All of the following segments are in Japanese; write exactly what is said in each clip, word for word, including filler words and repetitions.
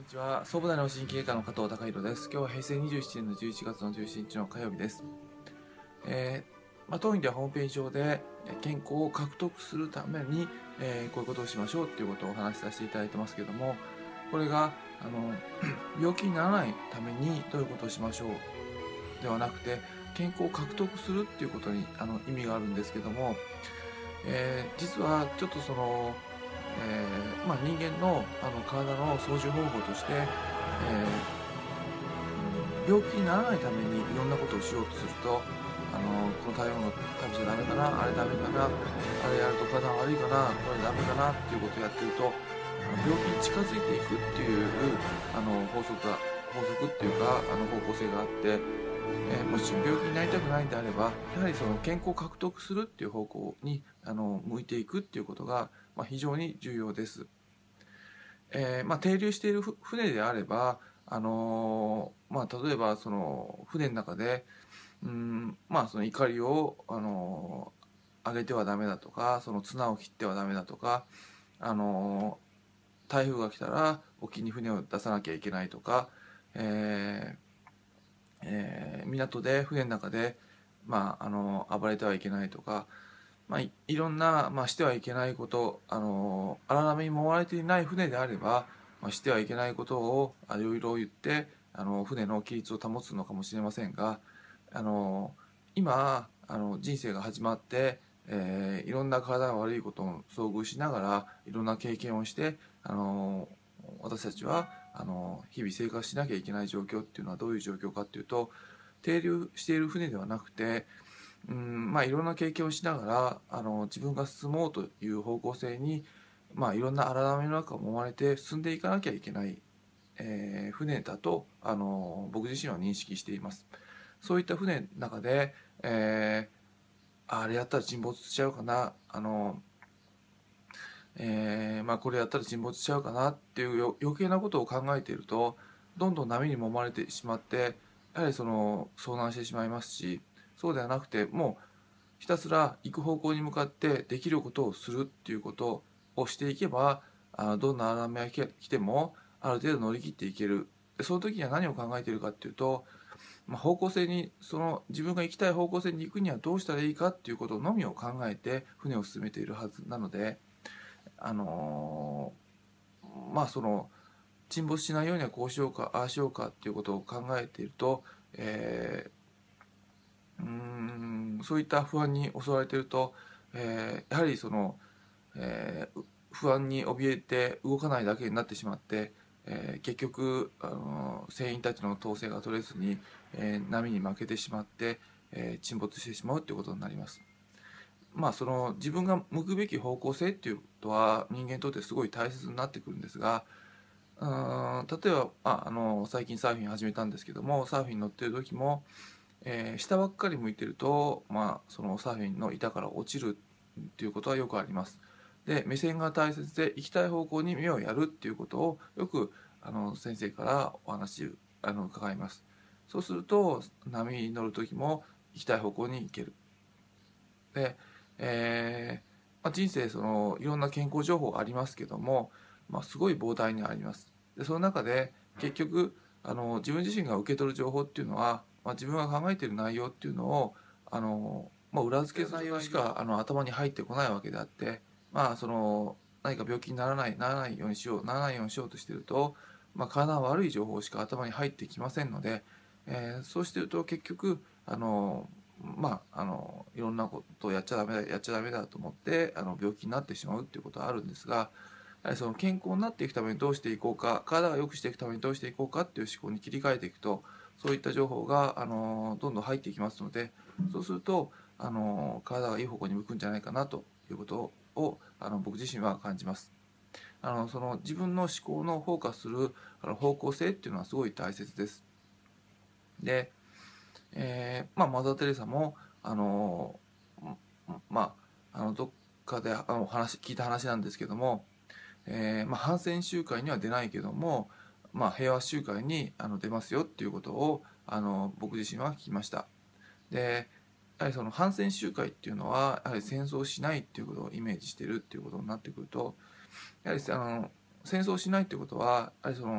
ちは、総武大の神経科の加藤孝弘です。今日は平成にじゅうななねんのじゅういちがつのじゅうしちにちの火曜日です。えーまあ、当院ではホームページ上で健康を獲得するために、えーこういうことをしましょうということをお話しさせていただいてますけども、これがあの病気にならないためにどういうことをしましょうではなくて、健康を獲得するっていうことにあの意味があるんですけども、えー実はちょっとそのえーまあ、人間のあの体の操縦方法として、えー病気にならないためにいろんなことをしようとすると、あのこの食べ物食べちゃダメかな、あれダメかな、あれやると体悪いかな、これダメかなっていうことをやってると、あの病気に近づいていくっていうあの法則が法則っていうかあの方向性があって、えーもし病気になりたくないんであれば、やはりその健康を獲得するっていう方向にあの向いていくっていうことが、まあ、非常に重要です。えーまあ、停留しているふ船であれば、あのーまあ、例えばその船の中で、うんまあ、その怒りを、あのー上げてはダメだとか、その綱を切ってはダメだとか、あのー台風が来たら沖に船を出さなきゃいけないとか、えーえー港で船の中で、まあ、あのー暴れてはいけないとか、まあ、いいろんな、まあ、してはいけないこと、あの荒波に揉まれていない船であれば、まあ、してはいけないことをあいろいろ言ってあの船の規律を保つのかもしれませんが、あの今あの人生が始まって、えーいろんな体が悪いことを遭遇しながらいろんな経験をして、あの私たちはあの日々生活しなきゃいけない状況っていうのはどういう状況かっていうと、停留している船ではなくて、うんまあ、いろんな経験をしながらあの自分が進もうという方向性に、まあ、いろんな荒波の中を揉まれて進んでいかなきゃいけない、えー船だとあの僕自身は認識しています。そういった船の中で、えーあれやったら沈没しちゃうかな、あの、えーまあ、これやったら沈没しちゃうかなっていうよ余計なことを考えていると、どんどん波に揉まれてしまって、やはりその遭難してしまいますし、そうではなくてもうひたすら行く方向に向かってできることをするっていうことをしていけば、あどんな荒波が来てもある程度乗り切っていける。でその時には何を考えているかっていうと、まあ、方向性にその自分が行きたい方向性に行くにはどうしたらいいかっていうことのみを考えて船を進めているはずなので、あのーまあその沈没しないようにはこうしようかああしようかっていうことを考えていると、えーうーんそういった不安に襲われていると、えーやはりその、えー不安に怯えて動かないだけになってしまって、えー結局、あのー船員たちの統制が取れずに、えー波に負けてしまって、えー沈没してしまうということになります。まあその自分が向くべき方向性っていうことは人間にとってすごい大切になってくるんですが、うーん例えばああの最近サーフィン始めたんですけども、サーフィン乗ってる時も、えー下ばっかり向いてると、まあ、そのサーフィンの板から落ちるっていうことはよくあります。で目線が大切で行きたい方向に目をやるっていうことをよくあの先生からお話あの伺います。そうすると波に乗る時も行きたい方向に行ける。で、えーまあ、人生そのいろんな健康情報ありますけども、まあ、すごい膨大にあります。でその中で結局あの自分自身が受け取る情報っていうのは、まあ、自分が考えている内容っていうのをあの、まあ、裏付けする内容しかあの頭に入ってこないわけであって、まあ、その何か病気にならないならないようにしようならないようにしようとしていると、まあ、体が悪い情報しか頭に入ってきませんので、えーそうしていると結局あのまあ、あのいろんなことをやっちゃダメだやっちゃダメだと思ってあの病気になってしまうっていうことはあるんですが、やはりその健康になっていくためにどうしていこうか、体が良くしていくためにどうしていこうかっていう思考に切り替えていくと、そういった情報があのどんどん入っていきますので、そうするとあの体がいい方向に向くんじゃないかなということをあの僕自身は感じます。あのその自分の思考のフォーカスするあの方向性っていうのはすごい大切です。でえーまあ、マザー・テレサもあのまああのどっかであの話聞いた話なんですけども、えーまあ、反戦集会には出ないけども、まあ、平和集会にあの出ますよっていうことをあの僕自身は聞きました。でやはりその反戦集会っていうのはやはり戦争しないっていうことをイメージしてるっていうことになってくると、やはりあの戦争しないっていうことはやはりその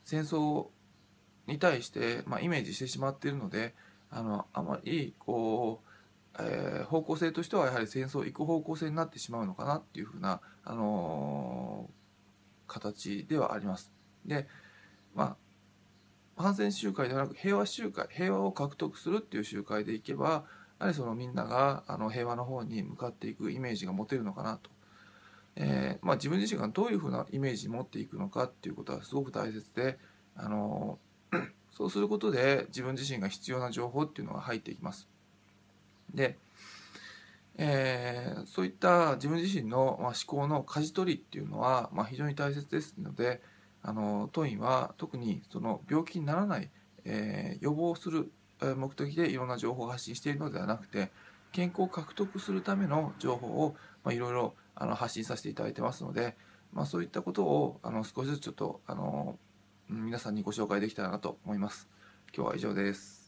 戦争に対して、まあ、イメージしてしまっているので、あのあまりこう、えー方向性としてはやはり戦争行く方向性になってしまうのかなっていうふうな、あのー形ではあります。で、まあ、反戦集会ではなく平和集会、平和を獲得するっていう集会でいけば、やはりそのみんながあの平和の方に向かっていくイメージが持てるのかなと。えーまあ、自分自身がどういうふうなイメージを持っていくのかっていうことはすごく大切で、あのそうすることで自分自身が必要な情報っていうのが入っていきます。で、えーそういった自分自身の、まあ、思考の舵取りっていうのは、まあ、非常に大切ですので、あの当院は特にその病気にならない、えー予防するえー目的でいろんな情報を発信しているのではなくて、健康を獲得するための情報を、まあ、いろいろあの発信させていただいてますので、まあ、そういったことをあの少しずつちょっとあの皆さんにご紹介できたらなと思います。今日は以上です。